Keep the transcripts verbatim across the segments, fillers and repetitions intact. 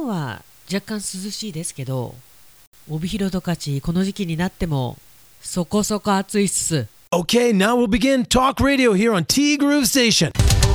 日は若干涼しいですけど、帯広十勝この時期になってもそこそこ暑いっす。 Okay, now we'll begin Talk Radio here on T Groove Station.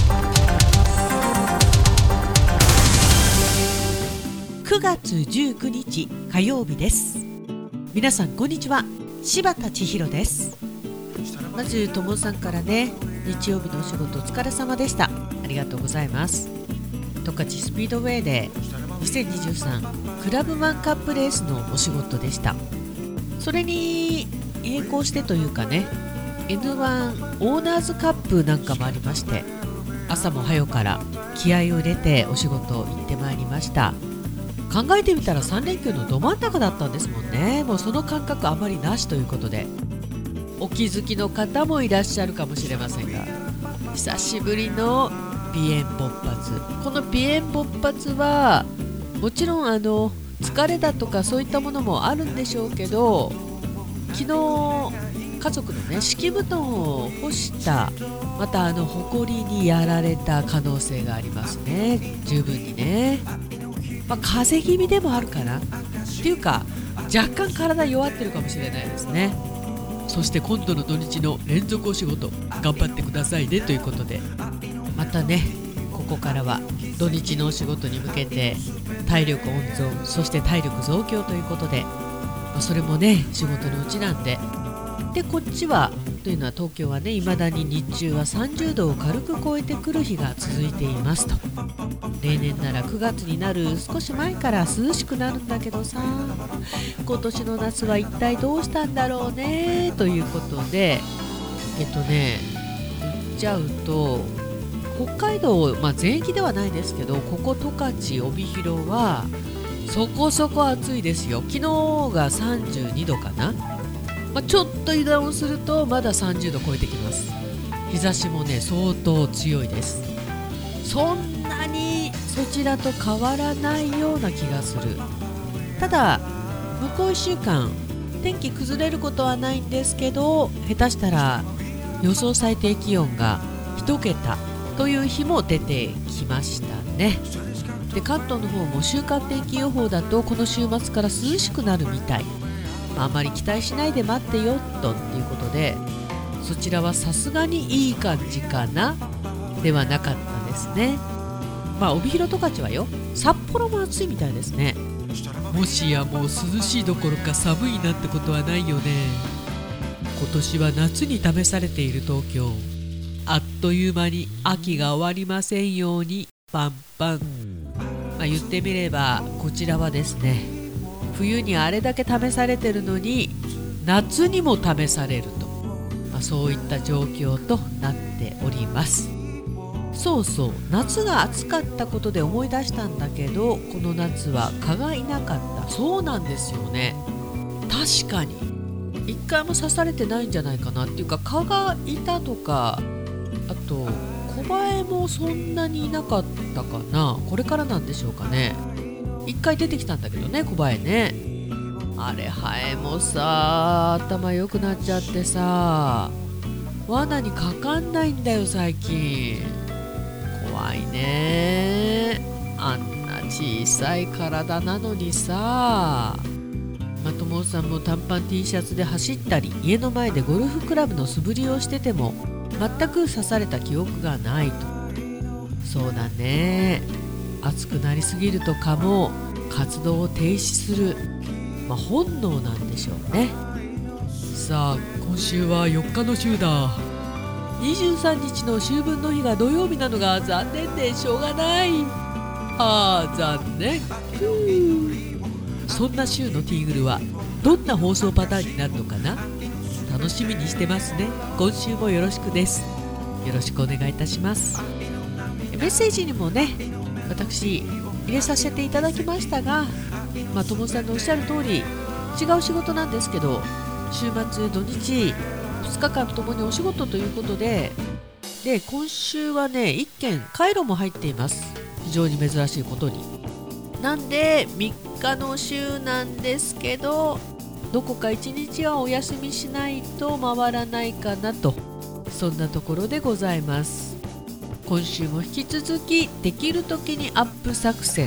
くがつじゅうくにち火曜日です。皆さんこんにちは、柴田千尋です。まずともさんからね、日曜日のお仕事お疲れ様でした。ありがとうございます。十勝スピードウェイでにせんにじゅうさんクラブマンカップレースのお仕事でした。それに並行してというかね、 エヌワン オーナーズカップなんかもありまして、朝も早から気合を入れてお仕事行ってまいりました。考えてみたらさん連休のど真ん中だったんですもんね。もうその感覚あまりなしということで、お気づきの方もいらっしゃるかもしれませんが、久しぶりの鼻炎勃発。この鼻炎勃発はもちろんあの疲れだとかそういったものもあるんでしょうけど、昨日家族のね敷布団を干した、またあの埃にやられた可能性がありますね。十分にね、まあ、風邪気味でもあるかなっていうか、若干体弱ってるかもしれないですね。そして今度の土日の連続お仕事頑張ってくださいねということで、またねここからは土日のお仕事に向けて体力温存、そして体力増強ということで、まあ、それもね仕事のうちなんで、でこっちはというのは東京はね未だに日中はさんじゅうどを軽く超えてくる日が続いていますと。例年ならくがつになる少し前から涼しくなるんだけどさ、今年の夏は一体どうしたんだろうねということで、えっとね言っちゃうと北海道、まあ、全域ではないですけど、ここ十勝帯広はそこそこ暑いですよ。昨日がさんじゅうにどかな、まあ、ちょっと油断をするとまださんじゅうど超えてきます。日差しもね相当強いです。そんなにそちらと変わらないような気がする。ただ向こういっしゅうかん天気崩れることはないんですけど、下手したら予想最低気温がいちけたという日も出てきましたね。で関東の方も週間天気予報だとこの週末から涼しくなるみたい、まあ、あまり期待しないで待ってよとっていうことで、そちらはさすがにいい感じかなではなかったですね。まあ帯広十勝はよ、札幌も暑いみたいですね。もしやもう涼しいどころか寒いなんてことはないよね。今年は夏に試されている東京、あっという間に秋が終わりませんように。パンパン、まあ、言ってみればこちらはですね、冬にあれだけ試されてるのに夏にも試されると、まあ、そういった状況となっております。そうそう、夏が暑かったことで思い出したんだけど、この夏は蚊がいなかった。そうなんですよね。確かに一回も刺されてないんじゃないかなっていうか、蚊がいたとか、あとコバエもそんなにいなかったかな。これからなんでしょうかね。一回出てきたんだけどね、コバエね。あれハエもさ頭良くなっちゃってさ、罠にかかんないんだよ最近。怖いね。あんな小さい体なのにさ。まともさんも短パン T シャツで走ったり、家の前でゴルフクラブの素振りをしてても全く刺された記憶がないと。そうだね、暑くなりすぎると蚊も活動を停止する、まあ、本能なんでしょうね。さあ今週はよっかの週だ。にじゅうさんにちの秋分の日が土曜日なのが残念でしょうがない。ああ残念。そんな週のティーグルはどんな放送パターンになるのかな、楽しみにしてますね。今週もよろしくです。よろしくお願いいたします。メッセージにもね私入れさせていただきましたが、まあともさんのおっしゃる通り違う仕事なんですけど、週末土日ふつかかんともにお仕事ということで、で今週はねいっけんカイロも入っています。非常に珍しいことに。なんでみっかの週なんですけど、どこかいちにちはお休みしないと回らないかなと、そんなところでございます。今週も引き続きできる時にアップ作戦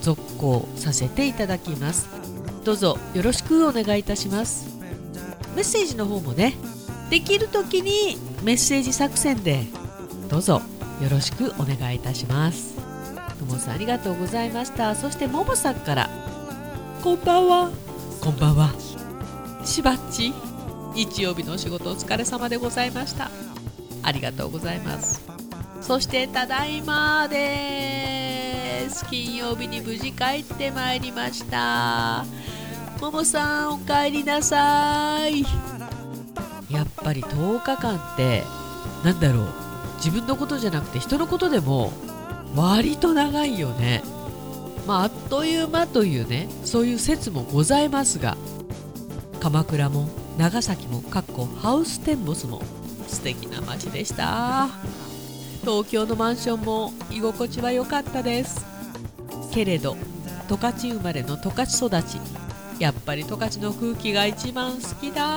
続行させていただきます。どうぞよろしくお願いいたします。メッセージの方もね、できる時にメッセージ作戦でどうぞよろしくお願いいたします。ともさんありがとうございました。そしてももさんから、こんばんは。こんばんは。しばっち、日曜日のお仕事お疲れ様でございました。ありがとうございます。そしてただいまです。金曜日に無事帰ってまいりました。ももさんお帰りなさい。やっぱりとおかかんってなんだろう、自分のことじゃなくて人のことでも割と長いよね。まああっという間というね、そういう説もございますが、鎌倉も長崎もかっこハウステンボスも素敵な街でした。東京のマンションも居心地は良かったです。けれど十勝生まれの十勝育ち、やっぱり十勝の空気が一番好きだ。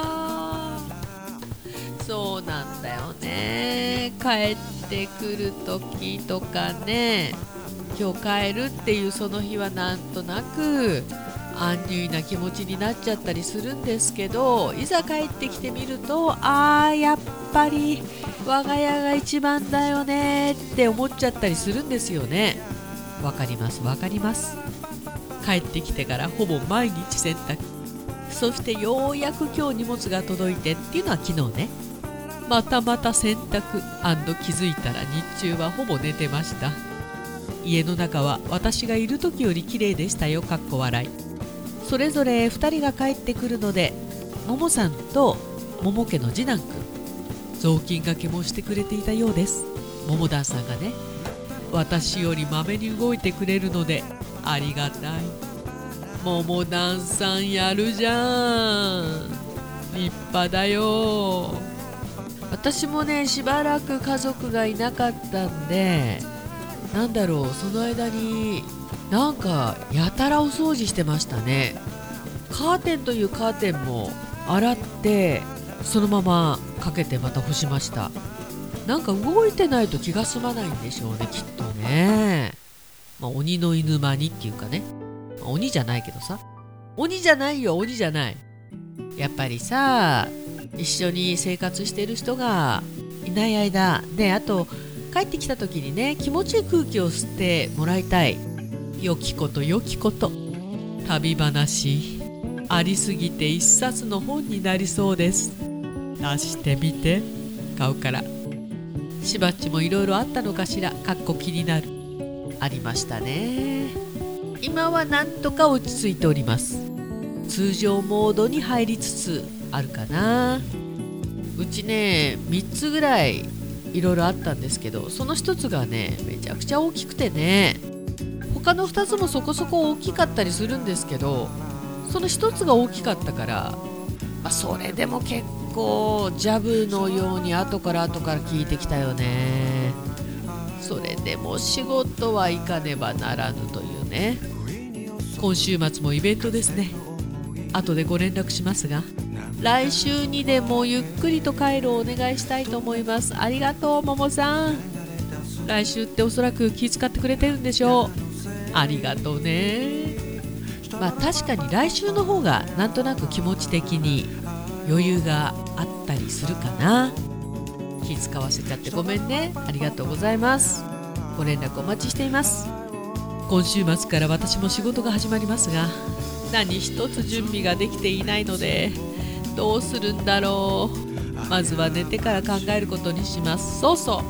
そうなんだよね。帰ってくる時とかね、今日帰るっていうその日はなんとなくアンニュイな気持ちになっちゃったりするんですけど、いざ帰ってきてみると、あーやっぱり我が家が一番だよねって思っちゃったりするんですよね。わかりますわかります。帰ってきてからほぼ毎日洗濯、そしてようやく今日荷物が届いてっていうのは昨日ね。またまた洗濯&気づいたら日中はほぼ寝てました。家の中は私がいる時より綺麗でしたよ、かっこ笑い。それぞれふたりが帰ってくるので、ももさんともも家の次男くん雑巾がけもしてくれていたようです。ももだんさんがね、私よりまめに動いてくれるのでありがたい。ももだんさんやるじゃん、立派だよ。私もねしばらく家族がいなかったんで、なんだろう、その間になんかやたらお掃除してましたね。カーテンというカーテンも洗ってそのままかけてまた干しました。なんか動いてないと気が済まないんでしょうね、きっとね。まあ鬼の犬間にっていうかね、まあ、鬼じゃないけどさ、鬼じゃないよ鬼じゃない。やっぱりさ、一緒に生活してる人がいない間で、あと帰ってきた時にね、気持ちいい空気を吸ってもらいたい。良きこと良きこと、旅話ありすぎて一冊の本になりそうです。出してみて、買うから。しばっちもいろいろあったのかしら、かっこ気になる。ありましたね。今はなんとか落ち着いております。通常モードに入りつつあるかな。うちねみっつぐらいいろいろあったんですけど、そのひとつがねめちゃくちゃ大きくてね、他のふたつもそこそこ大きかったりするんですけど、そのひとつが大きかったから、まあ、それでも結構ジャブのように後から後から効いてきたよね。それでも仕事は行かねばならぬというね。今週末もイベントですね。後でご連絡しますが、来週にでもゆっくりと帰るをお願いしたいと思います。ありがとうももさん。来週っておそらく気遣ってくれてるんでしょう。ありがとうね。まあ確かに来週の方がなんとなく気持ち的に余裕があったりするかな。気遣わせちゃってごめんね。ありがとうございます。ご連絡お待ちしています。今週末から私も仕事が始まりますが、何一つ準備ができていないのでどうするんだろう。まずは寝てから考えることにします。そうそう、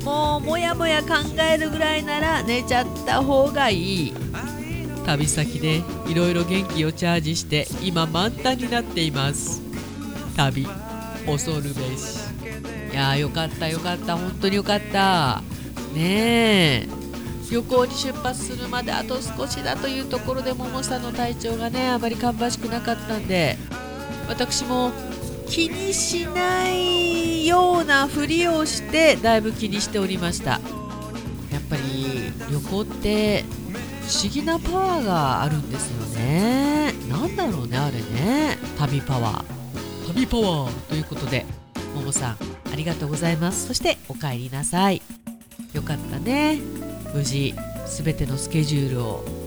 もうもやもや考えるぐらいなら寝ちゃった方がいい。旅先でいろいろ元気をチャージして今満タンになっています。旅恐るべし。いやーよかったよかった、本当によかったね。え旅行に出発するまであと少しだというところで、ももさんの体調がねあまり芳しくなかったんで、私も気にしないようなふりをしてだいぶ気にしておりました。やっぱり旅行って不思議なパワーがあるんですよね。なんだろうねあれね、旅パワー旅パワーということで、ももさんありがとうございます。そしてお帰りなさい。よかったね、無事すべてのスケジュールを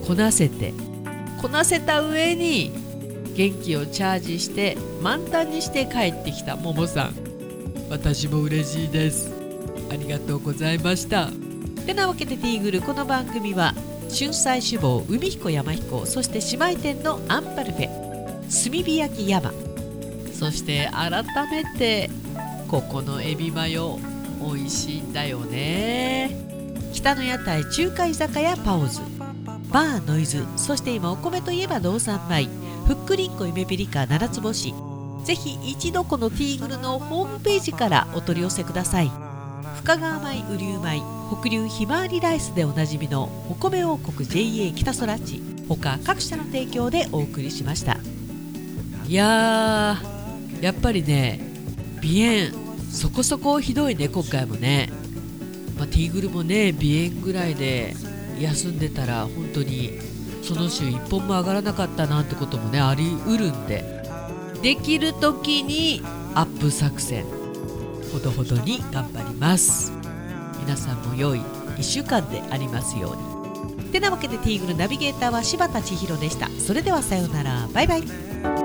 こなせてこなせた上に元気をチャージして満タンにして帰ってきたももさん、私も嬉しいです。ありがとうございました。てなわけでティーグル、この番組は春菜志望海彦山彦、そして姉妹店のアンパルフェ、炭火焼き山、そして改めてここのエビマヨ美味しいんだよね。北の屋台中華居酒屋パオズ、バーノイズ、そして今お米といえば道産米、ふっくりんこ夢ピリカ七つ星。ぜひ一度このティーグルのホームページからお取り寄せください。深川米、雨竜米、北流ひまわりライスでおなじみのお米王国 ジェイエー 北空地、他各社の提供でお送りしました。いやー、やっぱりね、鼻炎そこそこひどいね今回もね。まあ、ティーグルもね鼻炎ぐらいで休んでたら本当にその週一本も上がらなかったなんてこともねありうるんで、できる時にアップ作戦ほどほどに頑張ります。皆さんも良いいっしゅうかんでありますように。てなわけでティーグルナビゲーターは柴田千尋でした。それではさようなら、バイバイ。